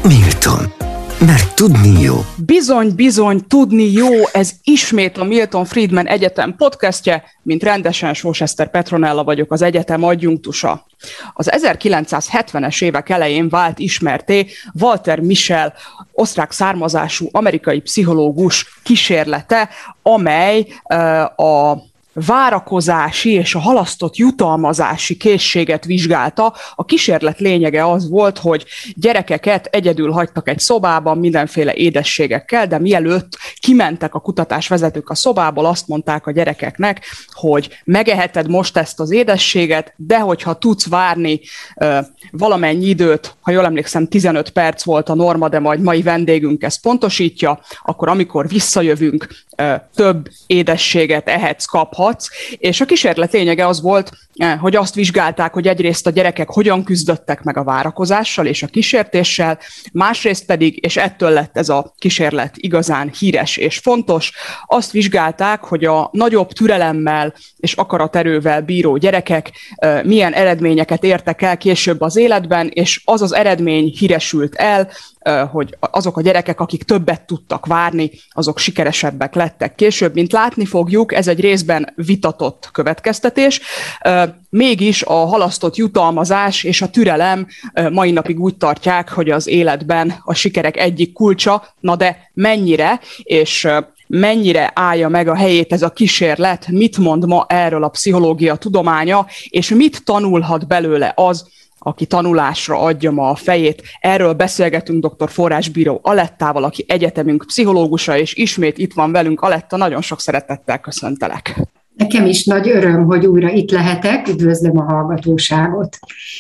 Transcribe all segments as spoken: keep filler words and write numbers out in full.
Milton. Mert tudni jó. Bizony, bizony, tudni jó, ez ismét a Milton Friedman Egyetem podcastje, mint rendesen Sós Eszter Petronella vagyok, az egyetem adjunktusa. Az ezerkilencszázhetvenes évek elején vált ismertté Walter Mischel, osztrák származású amerikai pszichológus kísérlete, amely uh, a várakozási és a halasztott jutalmazási készséget vizsgálta. A kísérlet lényege az volt, hogy gyerekeket egyedül hagytak egy szobában mindenféle édességekkel, de mielőtt kimentek a kutatásvezetők a szobából, azt mondták a gyerekeknek, hogy megeheted most ezt az édességet, de hogyha tudsz várni uh, valamennyi időt, ha jól emlékszem, tizenöt perc volt a norma, de majd mai vendégünk ezt pontosítja, akkor amikor visszajövünk, uh, több édességet ehetsz, kaphatsz. És a kísérlet lényege az volt, hogy azt vizsgálták, hogy egyrészt a gyerekek hogyan küzdöttek meg a várakozással és a kísértéssel, másrészt pedig, és ettől lett ez a kísérlet igazán híres és fontos, azt vizsgálták, hogy a nagyobb türelemmel és akaraterővel bíró gyerekek milyen eredményeket értek el később az életben, és az az eredmény híresült el, hogy azok a gyerekek, akik többet tudtak várni, azok sikeresebbek lettek később, mint látni fogjuk, ez egy részben vitatott következtetés. Mégis a halasztott jutalmazás és a türelem mai napig úgy tartják, hogy az életben a sikerek egyik kulcsa, na de mennyire, és mennyire állja meg a helyét ez a kísérlet, mit mond ma erről a pszichológia tudománya, és mit tanulhat belőle az, aki tanulásra adja ma a fejét. Erről beszélgetünk dr. Forrásbíró Alettával, aki egyetemünk pszichológusa, és ismét itt van velünk. Aletta, nagyon sok szeretettel köszöntelek. Nekem is nagy öröm, hogy újra itt lehetek, üdvözlöm a hallgatóságot.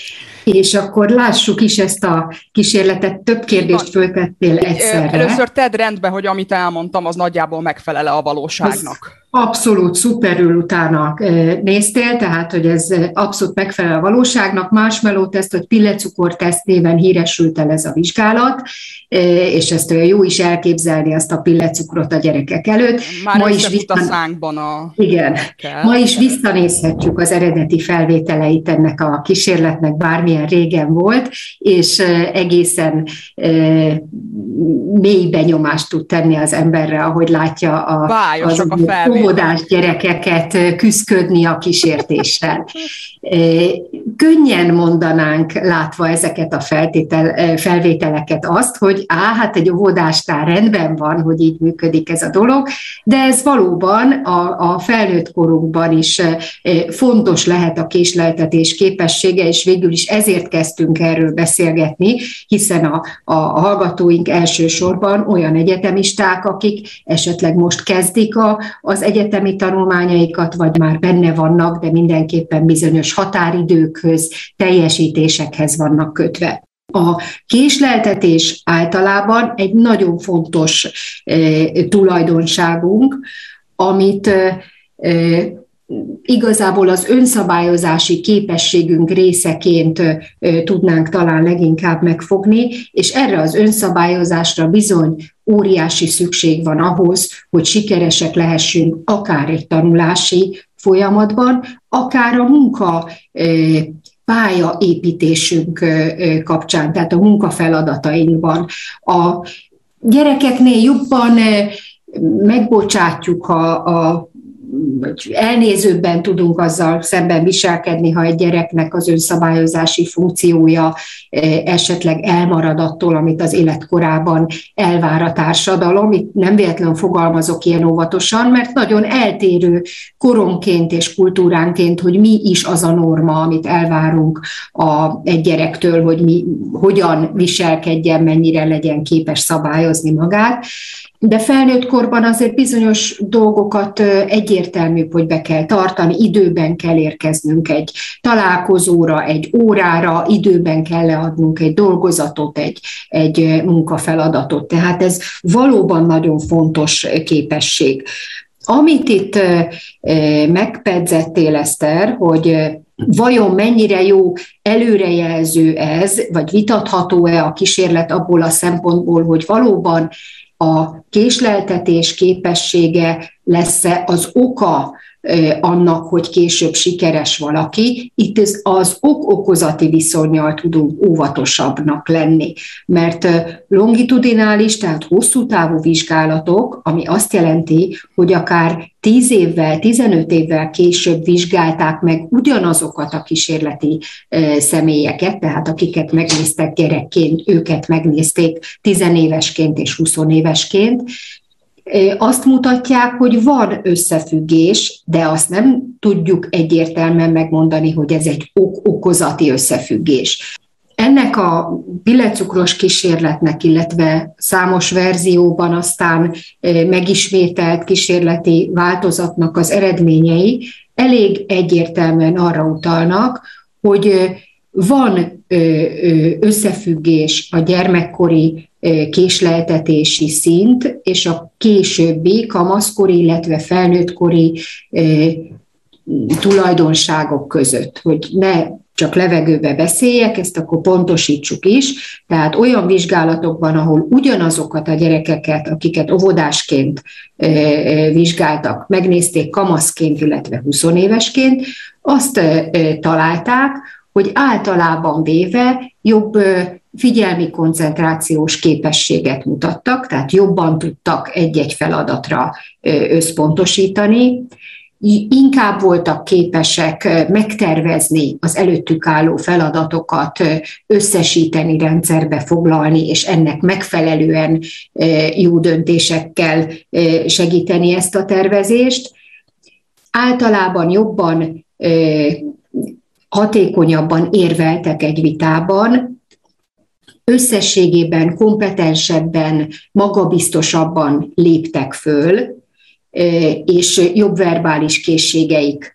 És akkor lássuk is ezt a kísérletet, több kérdést föltettél egyszerre. Először tedd rendbe, hogy amit elmondtam, az nagyjából megfelel-e a valóságnak. Abszolút szuperül utána néztél, tehát, hogy ez abszolút megfelel a valóságnak. Marshmallow teszt, vagy pillecukor teszt néven híresült el ez a vizsgálat, és ezt jó is elképzelni, azt a pillecukrot a gyerekek előtt. Már ma is visszan... a szánkban a... Igen. Kell. Ma is visszanézhetjük az eredeti felvételeit ennek a kísérletnek, bármilyen régen volt, és egészen mély benyomást tud tenni az emberre, ahogy látja a... Bájosak az, a óvodás gyerekeket küszködni a kísértéssel. Könnyen mondanánk, látva ezeket a feltétel, felvételeket azt, hogy á, hát egy óvodásnál rendben van, hogy így működik ez a dolog, de ez valóban a, a felnőtt korunkban is fontos lehet a késleltetés képessége, és végül is ezért kezdtünk erről beszélgetni, hiszen a, a hallgatóink elsősorban olyan egyetemisták, akik esetleg most kezdik a, az egyetemi tanulmányaikat, vagy már benne vannak, de mindenképpen bizonyos határidőkhöz, teljesítésekhez vannak kötve. A késleltetés általában egy nagyon fontos e, tulajdonságunk, amit e, e, igazából az önszabályozási képességünk részeként e, tudnánk talán leginkább megfogni, és erre az önszabályozásra bizony óriási szükség van ahhoz, hogy sikeresek lehessünk akár egy tanulási folyamatban, akár a munka pályaépítésünk kapcsán, tehát a munkafeladatainkban. A gyerekeknél jobban megbocsátjuk, ha a elnézőbben tudunk azzal szemben viselkedni, ha egy gyereknek az önszabályozási funkciója esetleg elmarad attól, amit az életkorában elvár a társadalom. Itt nem véletlenül fogalmazok ilyen óvatosan, mert nagyon eltérő koronként és kultúránként, hogy mi is az a norma, amit elvárunk a, egy gyerektől, hogy mi hogyan viselkedjen, mennyire legyen képes szabályozni magát. De felnőtt korban azért bizonyos dolgokat egyértelműbb, hogy be kell tartani, időben kell érkeznünk egy találkozóra, egy órára, időben kell leadnunk egy dolgozatot, egy, egy munkafeladatot. Tehát ez valóban nagyon fontos képesség. Amit itt megpedzettél, Eszter, hogy vajon mennyire jó előrejelző ez, vagy vitatható-e a kísérlet abból a szempontból, hogy valóban a késleltetés képessége lesz-e az oka annak, hogy később sikeres valaki. Itt az, az ok-okozati viszonnyal tudunk óvatosabbnak lenni, mert longitudinális, tehát hosszú távú vizsgálatok, ami azt jelenti, hogy akár tíz évvel, tizenöt évvel később vizsgálták meg ugyanazokat a kísérleti személyeket, tehát akiket megnéztek gyerekként, őket megnézték tizenévesként és huszonévesként, azt mutatják, hogy van összefüggés, de azt nem tudjuk egyértelműen megmondani, hogy ez egy ok-okozati összefüggés. Ennek a billecukros kísérletnek, illetve számos verzióban aztán megismételt kísérleti változatnak az eredményei elég egyértelműen arra utalnak, hogy van összefüggés a gyermekkori késleltetési szint és a későbbi kamaszkori, illetve felnőttkori tulajdonságok között, hogy ne csak levegőbe beszéljek, ezt akkor pontosítsuk is. Tehát olyan vizsgálatokban, ahol ugyanazokat a gyerekeket, akiket óvodásként vizsgáltak, megnézték kamaszként, illetve huszonévesként, azt találták, hogy általában véve jobb figyelmi koncentrációs képességet mutattak, tehát jobban tudtak egy-egy feladatra összpontosítani, inkább voltak képesek megtervezni az előttük álló feladatokat, összesíteni, rendszerbe foglalni, és ennek megfelelően jó döntésekkel segíteni ezt a tervezést. Általában jobban, hatékonyabban érveltek egy vitában, összességében kompetensebben, magabiztosabban léptek föl, és jobb verbális készségeik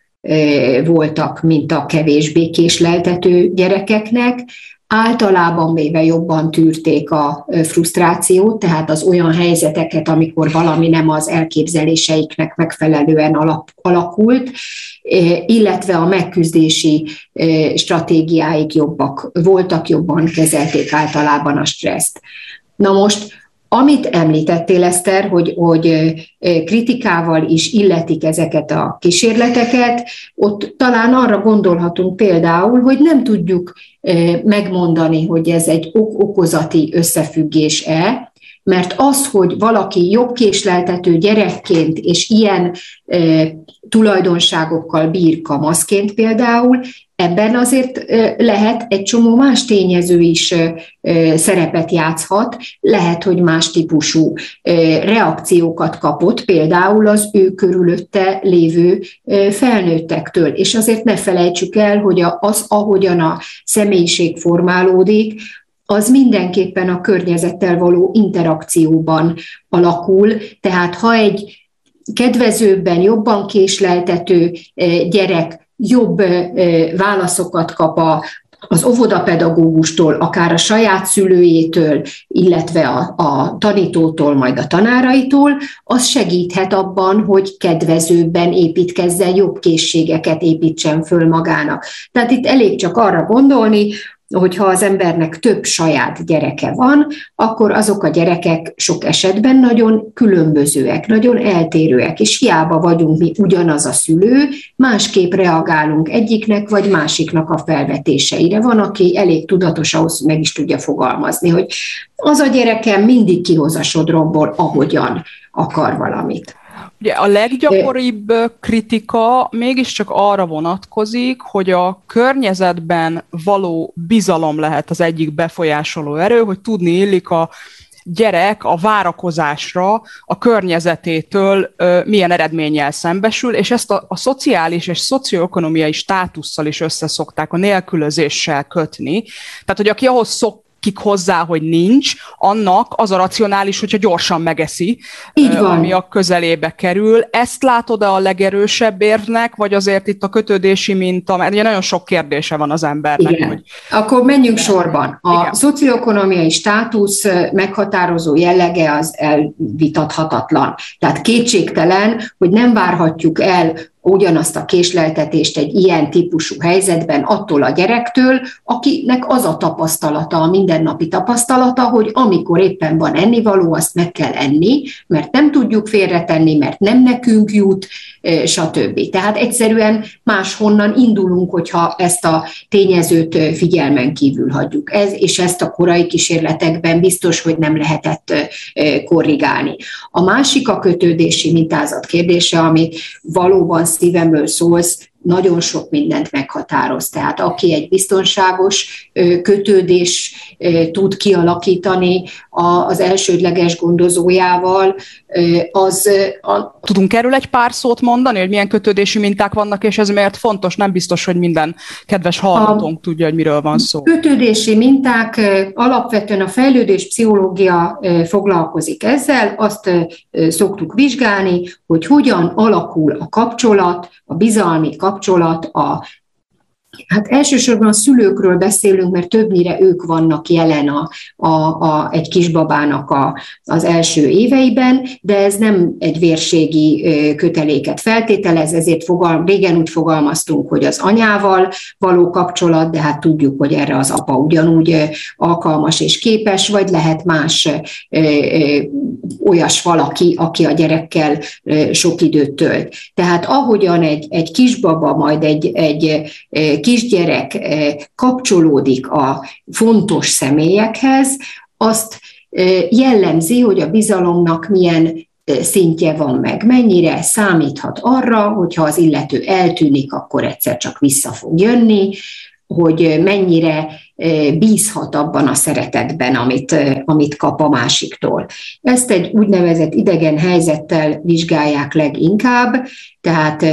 voltak, mint a kevésbé késleltető gyerekeknek. Általában véve jobban tűrték a frusztrációt, tehát az olyan helyzeteket, amikor valami nem az elképzeléseiknek megfelelően alakult, illetve a megküzdési stratégiáik jobbak voltak, jobban kezelték általában a stresszt. Na most, amit említettél, Eszter, hogy, hogy kritikával is illetik ezeket a kísérleteket, ott talán arra gondolhatunk például, hogy nem tudjuk megmondani, hogy ez egy ok-okozati összefüggés-e, mert az, hogy valaki jobb késleltető gyerekként és ilyen e, tulajdonságokkal bír kamaszként például, ebben azért lehet egy csomó más tényező is szerepet játszhat, lehet, hogy más típusú reakciókat kapott, például az ő körülötte lévő felnőttektől. És azért ne felejtsük el, hogy az, ahogyan a személyiség formálódik, az mindenképpen a környezettel való interakcióban alakul, tehát ha egy kedvezőbben, jobban késleltető gyerek jobb válaszokat kap az óvodapedagógustól, akár a saját szülőjétől, illetve a, a tanítótól, majd a tanáraitól, az segíthet abban, hogy kedvezőbben építkezzen, jobb készségeket építsen föl magának. Tehát itt elég csak arra gondolni, hogyha az embernek több saját gyereke van, akkor azok a gyerekek sok esetben nagyon különbözőek, nagyon eltérőek, és hiába vagyunk mi ugyanaz a szülő, másképp reagálunk egyiknek vagy másiknak a felvetéseire. Van, aki elég tudatos ahhoz, meg is tudja fogalmazni, hogy az a gyerekem mindig kihoz a sodromból, ahogyan akar valamit. Ugye a leggyakoribb kritika mégiscsak arra vonatkozik, hogy a környezetben való bizalom lehet az egyik befolyásoló erő, hogy tudni illik a gyerek a várakozásra a környezetétől ö, milyen eredménnyel szembesül, és ezt a, a szociális és szocioökonomiai státusszal is összeszokták, a nélkülözéssel kötni. Tehát, hogy aki ahhoz szok kik hozzá, hogy nincs, annak az a racionális, hogyha gyorsan megeszi, ami a közelébe kerül. Ezt látod-e a legerősebb érvnek, vagy azért itt a kötődési minta, mert ugye nagyon sok kérdése van az embernek. Igen. Hogy... Akkor menjünk sorban. A Igen. szocioekonomiai státusz meghatározó jellege az elvitathatatlan. Tehát kétségtelen, hogy nem várhatjuk el ugyanazt a késleltetést egy ilyen típusú helyzetben attól a gyerektől, akinek az a tapasztalata, a mindennapi tapasztalata, hogy amikor éppen van ennivaló, azt meg kell enni, mert nem tudjuk félretenni, mert nem nekünk jut, stb. Tehát egyszerűen máshonnan indulunk, hogyha ezt a tényezőt figyelmen kívül hagyjuk. Ez, és ezt a korai kísérletekben biztos, hogy nem lehetett korrigálni. A másik a kötődési mintázat kérdése, ami valóban szívemről szólsz, nagyon sok mindent meghatároz. Tehát aki egy biztonságos kötődés tud kialakítani az elsődleges gondozójával, az... A... Tudunk erről egy pár szót mondani, hogy milyen kötődési minták vannak, és ez miért fontos? Nem biztos, hogy minden kedves hallgatónk tudja, hogy miről van szó. Kötődési minták alapvetően a fejlődés pszichológia foglalkozik ezzel, azt szoktuk vizsgálni, hogy hogyan alakul a kapcsolat, a bizalmi kapcsolat, a Hát elsősorban a szülőkről beszélünk, mert többnyire ők vannak jelen a, a, a, egy kisbabának a, az első éveiben, de ez nem egy vérségi köteléket feltételez, ezért fogal, régen úgy fogalmaztunk, hogy az anyával való kapcsolat, de hát tudjuk, hogy erre az apa ugyanúgy alkalmas és képes, vagy lehet más ö, ö, olyas valaki, aki a gyerekkel ö, sok időt tölt. Tehát ahogyan egy, egy kisbaba, majd egy, egy kisgyerek kapcsolódik a fontos személyekhez, azt jellemzi, hogy a bizalomnak milyen szintje van meg, mennyire számíthat arra, hogyha az illető eltűnik, akkor egyszer csak vissza fog jönni, hogy mennyire bízhat abban a szeretetben, amit, amit kap a másiktól. Ezt egy úgynevezett idegen helyzettel vizsgálják leginkább, tehát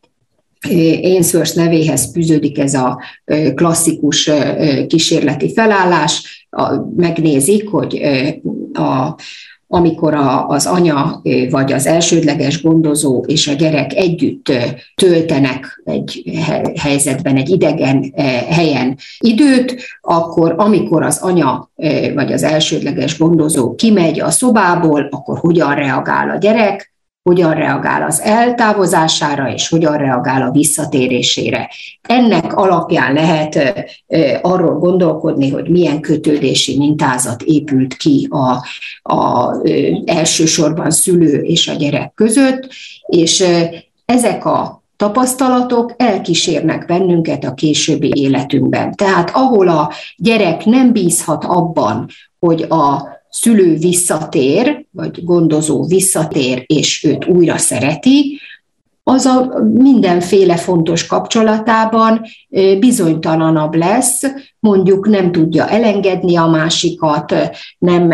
Ainsworth nevéhez fűződik ez a klasszikus kísérleti felállás, megnézik, hogy a, amikor a, az anya vagy az elsődleges gondozó és a gyerek együtt töltenek egy helyzetben, egy idegen helyen időt, akkor amikor az anya vagy az elsődleges gondozó kimegy a szobából, akkor hogyan reagál a gyerek, hogyan reagál az eltávozására, és hogyan reagál a visszatérésére. Ennek alapján lehet arról gondolkodni, hogy milyen kötődési mintázat épült ki a, a elsősorban szülő és a gyerek között, és ezek a tapasztalatok elkísérnek bennünket a későbbi életünkben. Tehát ahol a gyerek nem bízhat abban, hogy a szülő visszatér, vagy gondozó visszatér, és őt újra szereti, az a mindenféle fontos kapcsolatában bizonytalanabb lesz, mondjuk nem tudja elengedni a másikat, nem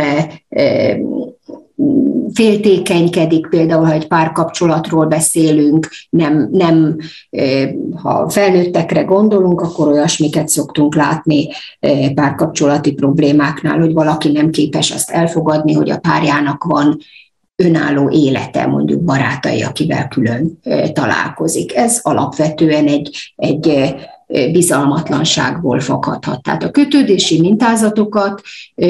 féltékenykedik, például, ha egy párkapcsolatról beszélünk, nem, nem, ha felnőttekre gondolunk, akkor olyasmiket szoktunk látni párkapcsolati problémáknál, hogy valaki nem képes azt elfogadni, hogy a párjának van önálló élete, mondjuk barátai, akivel külön találkozik. Ez alapvetően egy, egy bizalmatlanságból fakadhat. Tehát a kötődési mintázatokat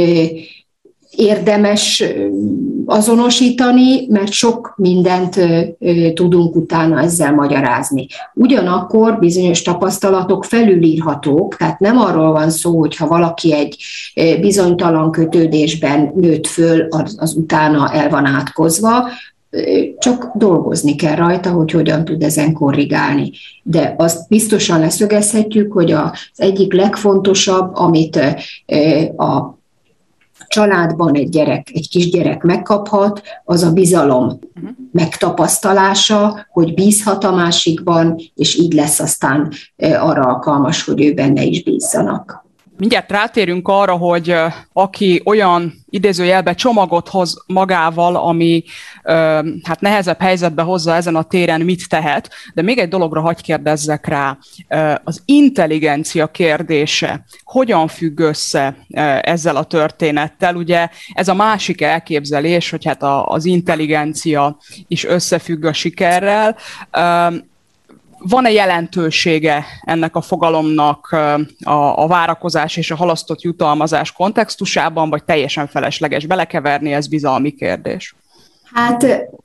érdemes azonosítani, mert sok mindent tudunk utána ezzel magyarázni. Ugyanakkor bizonyos tapasztalatok felülírhatók, tehát nem arról van szó, hogy ha valaki egy bizonytalan kötődésben nőtt föl, az, az utána el van átkozva, csak dolgozni kell rajta, hogy hogyan tud ezen korrigálni. De azt biztosan leszögezhetjük, hogy az egyik legfontosabb, amit a családban egy gyerek, egy kisgyerek megkaphat, az a bizalom uh-huh. megtapasztalása, hogy bízhat a másikban, és így lesz aztán arra alkalmas, hogy ő benne is bízzanak. Mindjárt rátérünk arra, hogy aki olyan idézőjelbe csomagot hoz magával, ami hát nehezebb helyzetbe hozza ezen a téren, mit tehet. De még egy dologra hadd kérdezzek rá. Az intelligencia kérdése hogyan függ össze ezzel a történettel? Ugye ez a másik elképzelés, hogy hát az intelligencia is összefügg a sikerrel. Van-e jelentősége ennek a fogalomnak a, a várakozás és a halasztott jutalmazás kontextusában, vagy teljesen felesleges belekeverni, ez bizalmi kérdés? Hát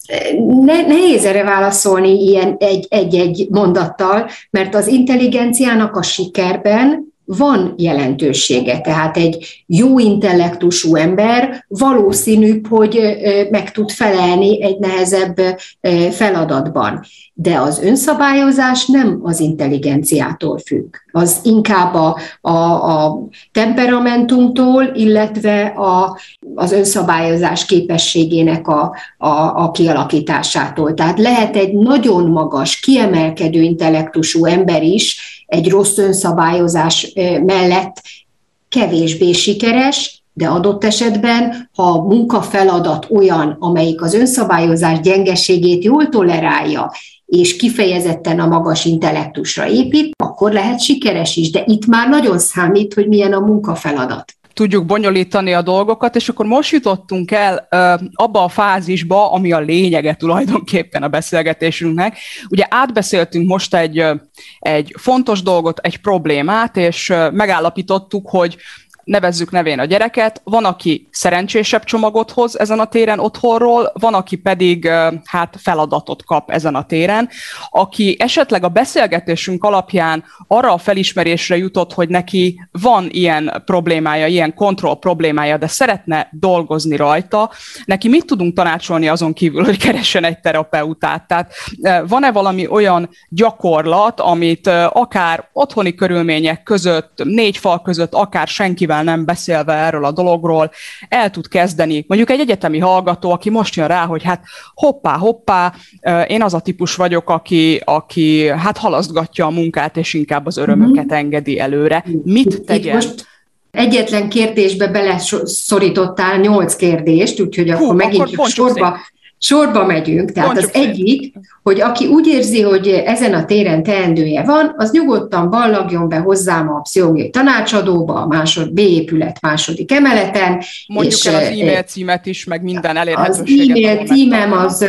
ne, nehéz erre válaszolni ilyen egy-egy mondattal, mert az intelligenciának a sikerben van jelentősége, tehát egy jó intellektusú ember valószínűbb, hogy meg tud felelni egy nehezebb feladatban. De az önszabályozás nem az intelligenciától függ. Az inkább a, a, a temperamentumtól, illetve a, az önszabályozás képességének a, a, a kialakításától. Tehát lehet egy nagyon magas, kiemelkedő intellektusú ember is egy rossz önszabályozás mellett kevésbé sikeres, de adott esetben, ha a munkafeladat olyan, amelyik az önszabályozás gyengeségét jól tolerálja, és kifejezetten a magas intellektusra épít, akkor lehet sikeres is, de itt már nagyon számít, hogy milyen a munkafeladat. Tudjuk bonyolítani a dolgokat, és akkor most jutottunk el uh, abba a fázisba, ami a lényege tulajdonképpen a beszélgetésünknek. Ugye átbeszéltünk most egy, egy fontos dolgot, egy problémát, és uh, megállapítottuk, hogy nevezzük nevén a gyereket, van, aki szerencsésebb csomagot hoz ezen a téren otthonról, van, aki pedig hát feladatot kap ezen a téren, aki esetleg a beszélgetésünk alapján arra a felismerésre jutott, hogy neki van ilyen problémája, ilyen kontroll problémája, de szeretne dolgozni rajta, neki mit tudunk tanácsolni azon kívül, hogy keressen egy terapeutát? Tehát van-e valami olyan gyakorlat, amit akár otthoni körülmények között, négy fal között, akár senkivel nem beszélve erről a dologról, el tud kezdeni. Mondjuk egy egyetemi hallgató, aki most jön rá, hogy hát hoppá, hoppá, én az a típus vagyok, aki, aki hát halasztgatja a munkát, és inkább az örömöket engedi előre. Mit tegyen? Most egyetlen kérdésbe beleszorítottál nyolc kérdést, úgyhogy Hú, akkor megint akkor sorba... Sorba megyünk, tehát Mondjuk az szépen. Egyik, hogy aki úgy érzi, hogy ezen a téren teendője van, az nyugodtan ballagjon be hozzám a pszichológiai tanácsadóba, a másod, B épület második emeleten. Mondjuk és el az e-mail címet is, meg minden elérhetőséget. Az e-mail címem az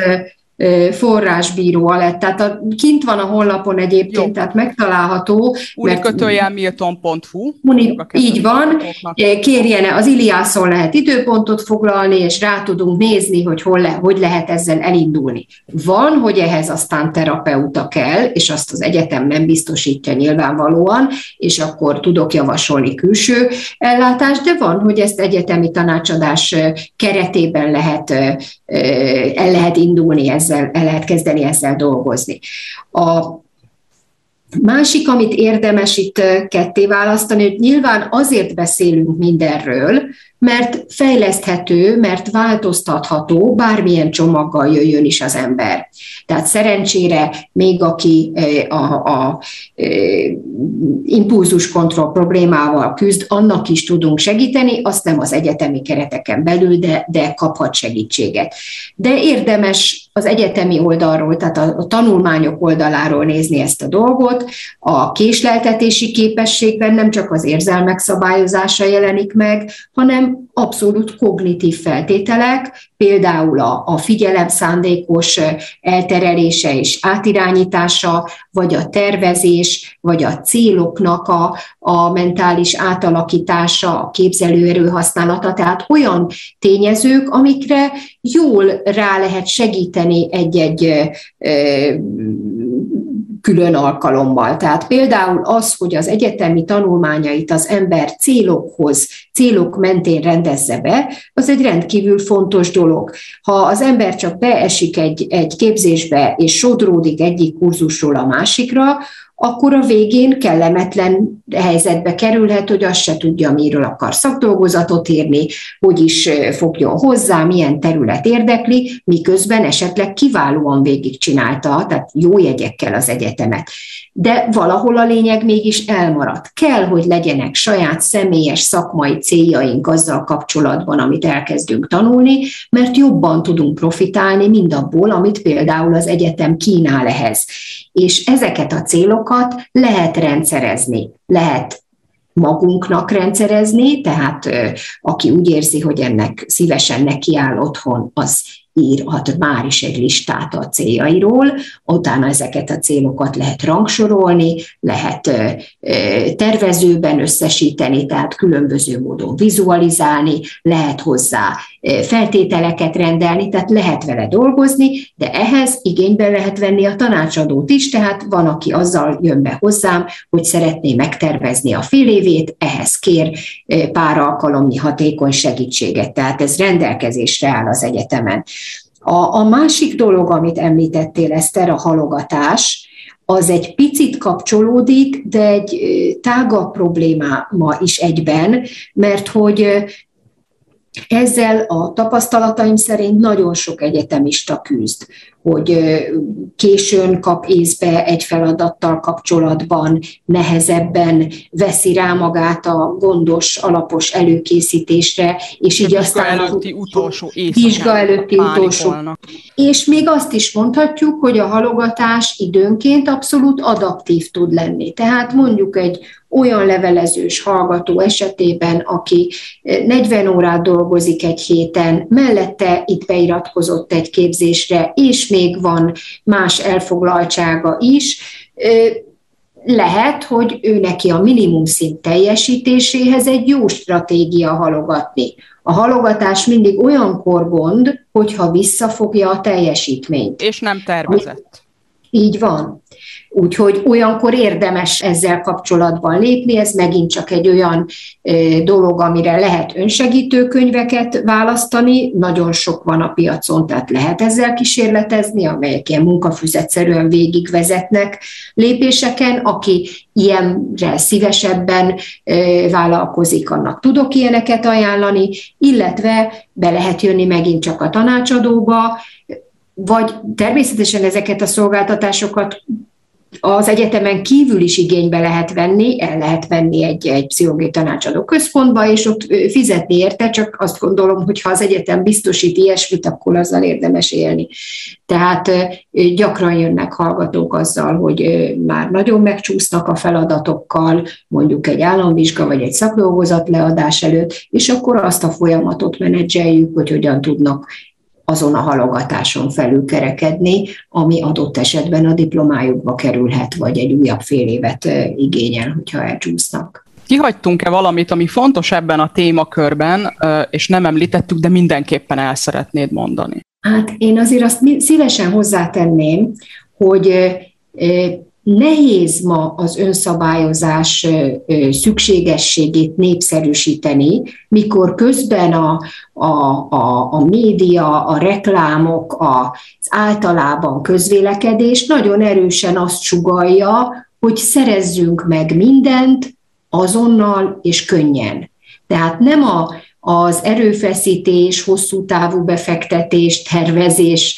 forrásbíró alett, tehát a, kint van a honlapon egyébként, Jó. tehát megtalálható. unikötőjel milton pont hu Így van, kérjen, az Iliászon lehet időpontot foglalni, és rá tudunk nézni, hogy hol le, hogy lehet ezzel elindulni. Van, hogy ehhez aztán terapeuta kell, és azt az egyetem nem biztosítja nyilvánvalóan, és akkor tudok javasolni külső ellátást, de van, hogy ezt egyetemi tanácsadás keretében lehet, el lehet indulni ezzel. Ezzel, el lehet kezdeni ezzel dolgozni. A másik, amit érdemes itt ketté választani, hogy nyilván azért beszélünk mindenről, mert fejleszthető, mert változtatható, bármilyen csomaggal jöjjön is az ember. Tehát szerencsére még aki a, a, a impulzuskontroll problémával küzd, annak is tudunk segíteni, azt nem az egyetemi kereteken belül, de, de kaphat segítséget. De érdemes az egyetemi oldalról, tehát a, a tanulmányok oldaláról nézni ezt a dolgot. A késleltetési képességben nem csak az érzelmek szabályozása jelenik meg, hanem abszolút kognitív feltételek, például a, a figyelem szándékos elterelése és átirányítása, vagy a tervezés, vagy a céloknak a, a mentális átalakítása, a képzelőerő használata, tehát olyan tényezők, amikre jól rá lehet segíteni egy-egy külön alkalommal. Tehát például az, hogy az egyetemi tanulmányait az ember célokhoz, célok mentén rendezze be, az egy rendkívül fontos dolog. Ha az ember csak beesik egy, egy képzésbe, és sodródik egyik kurzusról a másikra, akkor a végén kellemetlen helyzetbe kerülhet, hogy azt se tudja, miről akar szakdolgozatot írni, hogy is fogjon hozzá, milyen terület érdekli, miközben esetleg kiválóan végigcsinálta, tehát jó jegyekkel az egyetemet. De valahol a lényeg mégis elmaradt. Kell, hogy legyenek saját személyes szakmai céljaink azzal kapcsolatban, amit elkezdünk tanulni, mert jobban tudunk profitálni mindabból, amit például az egyetem kínál ehhez. És ezeket a célokat lehet rendszerezni, lehet magunknak rendszerezni, tehát aki úgy érzi, hogy ennek szívesen nekiáll otthon, az írhat már is egy listát a céljairól, utána ezeket a célokat lehet rangsorolni, lehet tervezőben összesíteni, tehát különböző módon vizualizálni, lehet hozzá feltételeket rendelni, tehát lehet vele dolgozni, de ehhez igénybe lehet venni a tanácsadót is, tehát van, aki azzal jön be hozzám, hogy szeretné megtervezni a fél évét, ehhez kér pár alkalomnyi hatékony segítséget, tehát ez rendelkezésre áll az egyetemen. A, a másik dolog, amit említettél, Eszter, a halogatás, az egy picit kapcsolódik, de egy tágabb probléma ma is egyben, mert hogy ezzel a tapasztalataim szerint nagyon sok egyetemista küzd, hogy későn kap észbe egy feladattal kapcsolatban, nehezebben veszi rá magát a gondos, alapos előkészítésre, és így aztán előtti utolsó vizsga előtti utolsó. És még azt is mondhatjuk, hogy a halogatás időnként abszolút adaptív tud lenni. Tehát mondjuk egy olyan levelezős hallgató esetében, aki negyven órát dolgozik egy héten, mellette itt beiratkozott egy képzésre, és még van más elfoglaltsága is, lehet, hogy ő neki a minimum szint teljesítéséhez egy jó stratégia halogatni. A halogatás mindig olyankor gond, hogyha visszafogja a teljesítményt. És nem tervezett. Így van. Úgyhogy olyankor érdemes ezzel kapcsolatban lépni, ez megint csak egy olyan dolog, amire lehet önsegítő könyveket választani, nagyon sok van a piacon, tehát lehet ezzel kísérletezni, amelyek ilyen munkafüzetszerűen végigvezetnek lépéseken, aki ilyenre szívesebben vállalkozik, annak tudok ilyeneket ajánlani, illetve be lehet jönni megint csak a tanácsadóba, vagy természetesen ezeket a szolgáltatásokat az egyetemen kívül is igénybe lehet venni, el lehet venni egy, egy pszichológiai tanácsadó központba, és ott fizetni érte, csak azt gondolom, hogy ha az egyetem biztosít ilyesmit, akkor azzal érdemes élni. Tehát gyakran jönnek hallgatók azzal, hogy már nagyon megcsúsznak a feladatokkal, mondjuk egy államvizsga vagy egy szakdolgozat leadás előtt, és akkor azt a folyamatot menedzseljük, hogy hogyan tudnak azon a halogatáson felülkerekedni, ami adott esetben a diplomájukba kerülhet, vagy egy újabb fél évet igényel, hogyha elcsúsznak. Kihagytunk-e valamit, ami fontos ebben a témakörben, és nem említettük, de mindenképpen el szeretnéd mondani? Hát én azért azt szívesen hozzátenném, hogy nehéz ma az önszabályozás szükségességét népszerűsíteni, mikor közben a, a, a, a média, a reklámok, az általában közvélekedés nagyon erősen azt sugallja, hogy szerezzünk meg mindent azonnal és könnyen. Tehát nem a, az erőfeszítés, hosszú távú befektetés, tervezés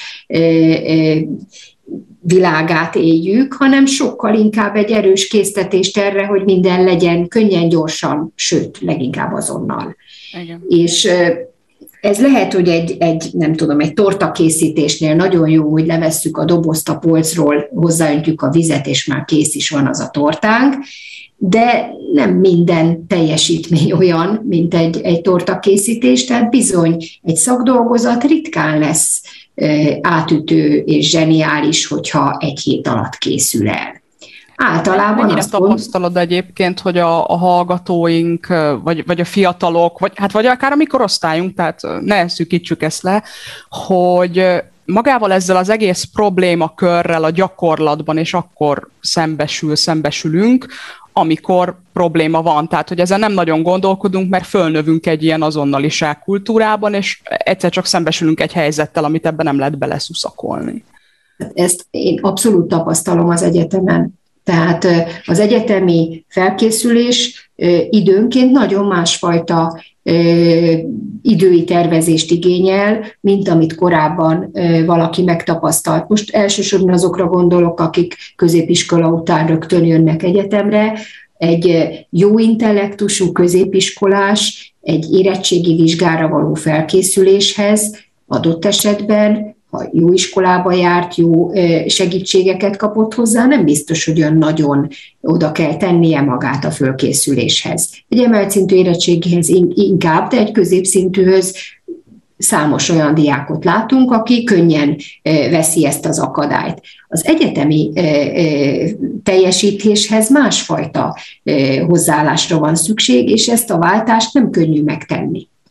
világát éljük, hanem sokkal inkább egy erős késztetést erre, hogy minden legyen könnyen, gyorsan, sőt, leginkább azonnal. Igen. És ez lehet, hogy egy, egy, nem tudom, egy tortakészítésnél nagyon jó, hogy levesszük a dobozt a polcról, hozzáöntjük a vizet, és már kész is van az a tortánk, de nem minden teljesítmény olyan, mint egy, egy tortakészítés, tehát bizony egy szakdolgozat ritkán lesz átütő és zseniális, hogyha egy hét alatt készül el. Általában mennyire azt tapasztalod mond... egyébként, hogy a, a hallgatóink, vagy, vagy a fiatalok, vagy, hát vagy akár a mi korosztályunk, tehát ne szűkítsük ezt le, hogy magával ezzel az egész problémakörrel a gyakorlatban, és akkor szembesül, szembesülünk, amikor probléma van. Tehát, hogy ezen nem nagyon gondolkodunk, mert fölnövünk egy ilyen azonnaliság kultúrában, és egyszer csak szembesülünk egy helyzettel, amit ebben nem lehet beleszuszakolni. Ezt én abszolút tapasztalom az egyetemen. Tehát az egyetemi felkészülés időnként nagyon másfajta idői tervezést igényel, mint amit korábban valaki megtapasztalt. Most elsősorban azokra gondolok, akik középiskola után rögtön jönnek egyetemre. Egy jó intellektusú középiskolás egy érettségi vizsgára való felkészüléshez adott esetben, ha jó iskolába járt, jó segítségeket kapott hozzá, nem biztos, hogy olyan nagyon oda kell tennie magát a fölkészüléshez. Egy emelt szintű érettségihez inkább, de egy középszintűhöz számos olyan diákot látunk, aki könnyen veszi ezt az akadályt. Az egyetemi teljesítéshez másfajta hozzáállásra van szükség, és ezt a váltást nem könnyű megtenni.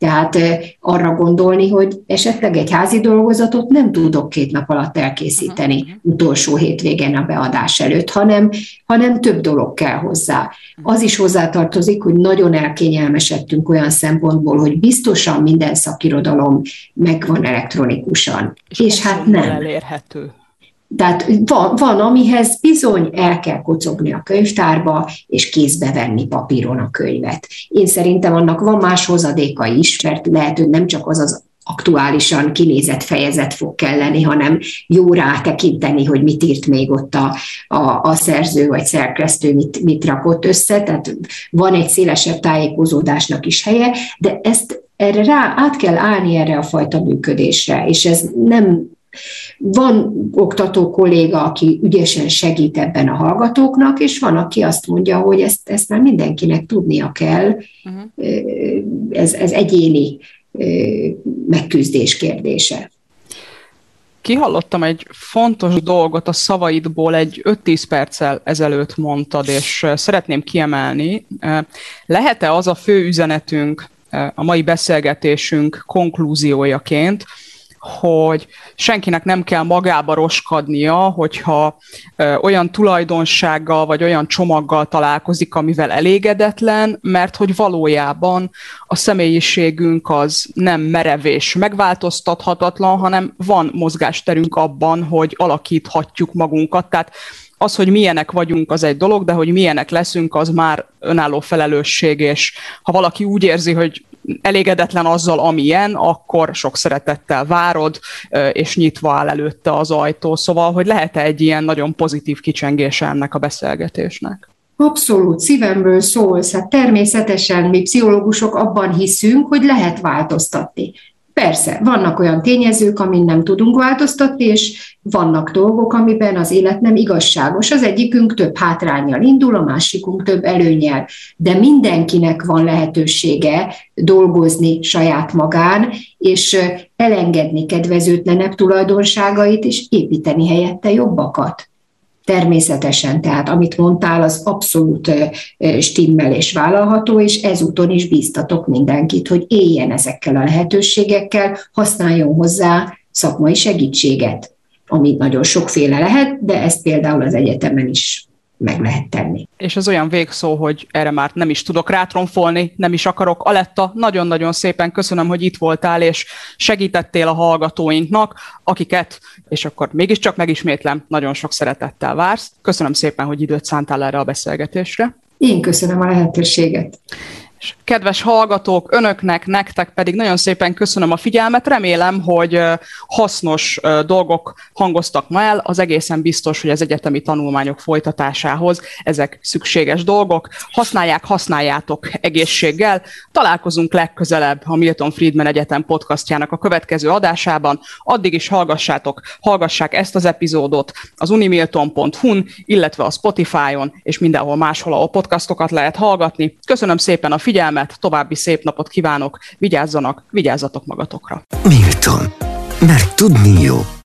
Tehát arra gondolni, hogy esetleg egy házi dolgozatot nem tudok két nap alatt elkészíteni uh-huh. utolsó hétvégén a beadás előtt, hanem, hanem több dolog kell hozzá. Az is hozzátartozik, hogy nagyon elkényelmesedtünk olyan szempontból, hogy biztosan minden szakirodalom megvan elektronikusan. És, és hát nem. Elérhető. Tehát van, van, amihez bizony el kell kocogni a könyvtárba, és kézbe venni papíron a könyvet. Én szerintem annak van más hozadéka is, mert lehet, hogy nem csak az az aktuálisan kinézett fejezet fog kelleni, hanem jó rátekinteni, hogy mit írt még ott a, a, a szerző vagy szerkesztő, mit, mit rakott össze, tehát van egy szélesebb tájékozódásnak is helye, de ezt erre rá, át kell állni erre a fajta működésre, és ez nem. Van oktató kolléga, aki ügyesen segít ebben a hallgatóknak, és van, aki azt mondja, hogy ezt, ezt már mindenkinek tudnia kell, uh-huh. ez, ez egyéni megküzdés kérdése. Kihallottam egy fontos dolgot a szavaidból, egy öt-tíz perccel ezelőtt mondtad, és szeretném kiemelni. Lehet-e az a fő üzenetünk a mai beszélgetésünk konklúziójaként, hogy senkinek nem kell magába roskadnia, hogyha ö, olyan tulajdonsággal vagy olyan csomaggal találkozik, amivel elégedetlen, mert hogy valójában a személyiségünk az nem merev és megváltoztathatatlan, hanem van mozgásterünk abban, hogy alakíthatjuk magunkat. Tehát az, hogy milyenek vagyunk, az egy dolog, de hogy milyenek leszünk, az már önálló felelősség, és ha valaki úgy érzi, hogy elégedetlen azzal, amilyen, akkor sok szeretettel várod, és nyitva áll előtte az ajtó. Szóval, hogy lehet-e egy ilyen nagyon pozitív kicsengése ennek a beszélgetésnek? Abszolút, szívemből szólsz. Hát természetesen mi pszichológusok abban hiszünk, hogy lehet változtatni. Persze, vannak olyan tényezők, amin nem tudunk változtatni, és vannak dolgok, amiben az élet nem igazságos. Az egyikünk több hátránnyal indul, a másikunk több előnnyel, de mindenkinek van lehetősége dolgozni saját magán, és elengedni kedvezőtlenebb tulajdonságait, és építeni helyette jobbakat. Természetesen, tehát amit mondtál, az abszolút stimmel és vállalható, és ezúton is bíztatok mindenkit, hogy éljen ezekkel a lehetőségekkel, használjon hozzá szakmai segítséget, ami nagyon sokféle lehet, de ezt például az egyetemen is meg lehet tenni. És ez olyan végszó, hogy erre már nem is tudok rátromfolni, nem is akarok. Aletta, nagyon-nagyon szépen köszönöm, hogy itt voltál, és segítettél a hallgatóinknak, akiket, és akkor mégiscsak megismétlem, nagyon sok szeretettel vársz. Köszönöm szépen, hogy időt szántál erre a beszélgetésre. Én köszönöm a lehetőséget. És kedves hallgatók, önöknek, nektek pedig nagyon szépen köszönöm a figyelmet. Remélem, hogy hasznos dolgok hangoztak ma el. Az egészen biztos, hogy az egyetemi tanulmányok folytatásához ezek szükséges dolgok. Használják, használjátok egészséggel. Találkozunk legközelebb a Milton Friedman Egyetem podcastjának a következő adásában. Addig is hallgassátok, hallgassák ezt az epizódot az unimilton pont hu-n, illetve a Spotify-on, és mindenhol máshol, ahol podcastokat lehet hallgatni. Köszönöm szépen a figyelmet, további szép napot kívánok, vigyázzanak, vigyázzatok magatokra. Milton, mert tudni jó.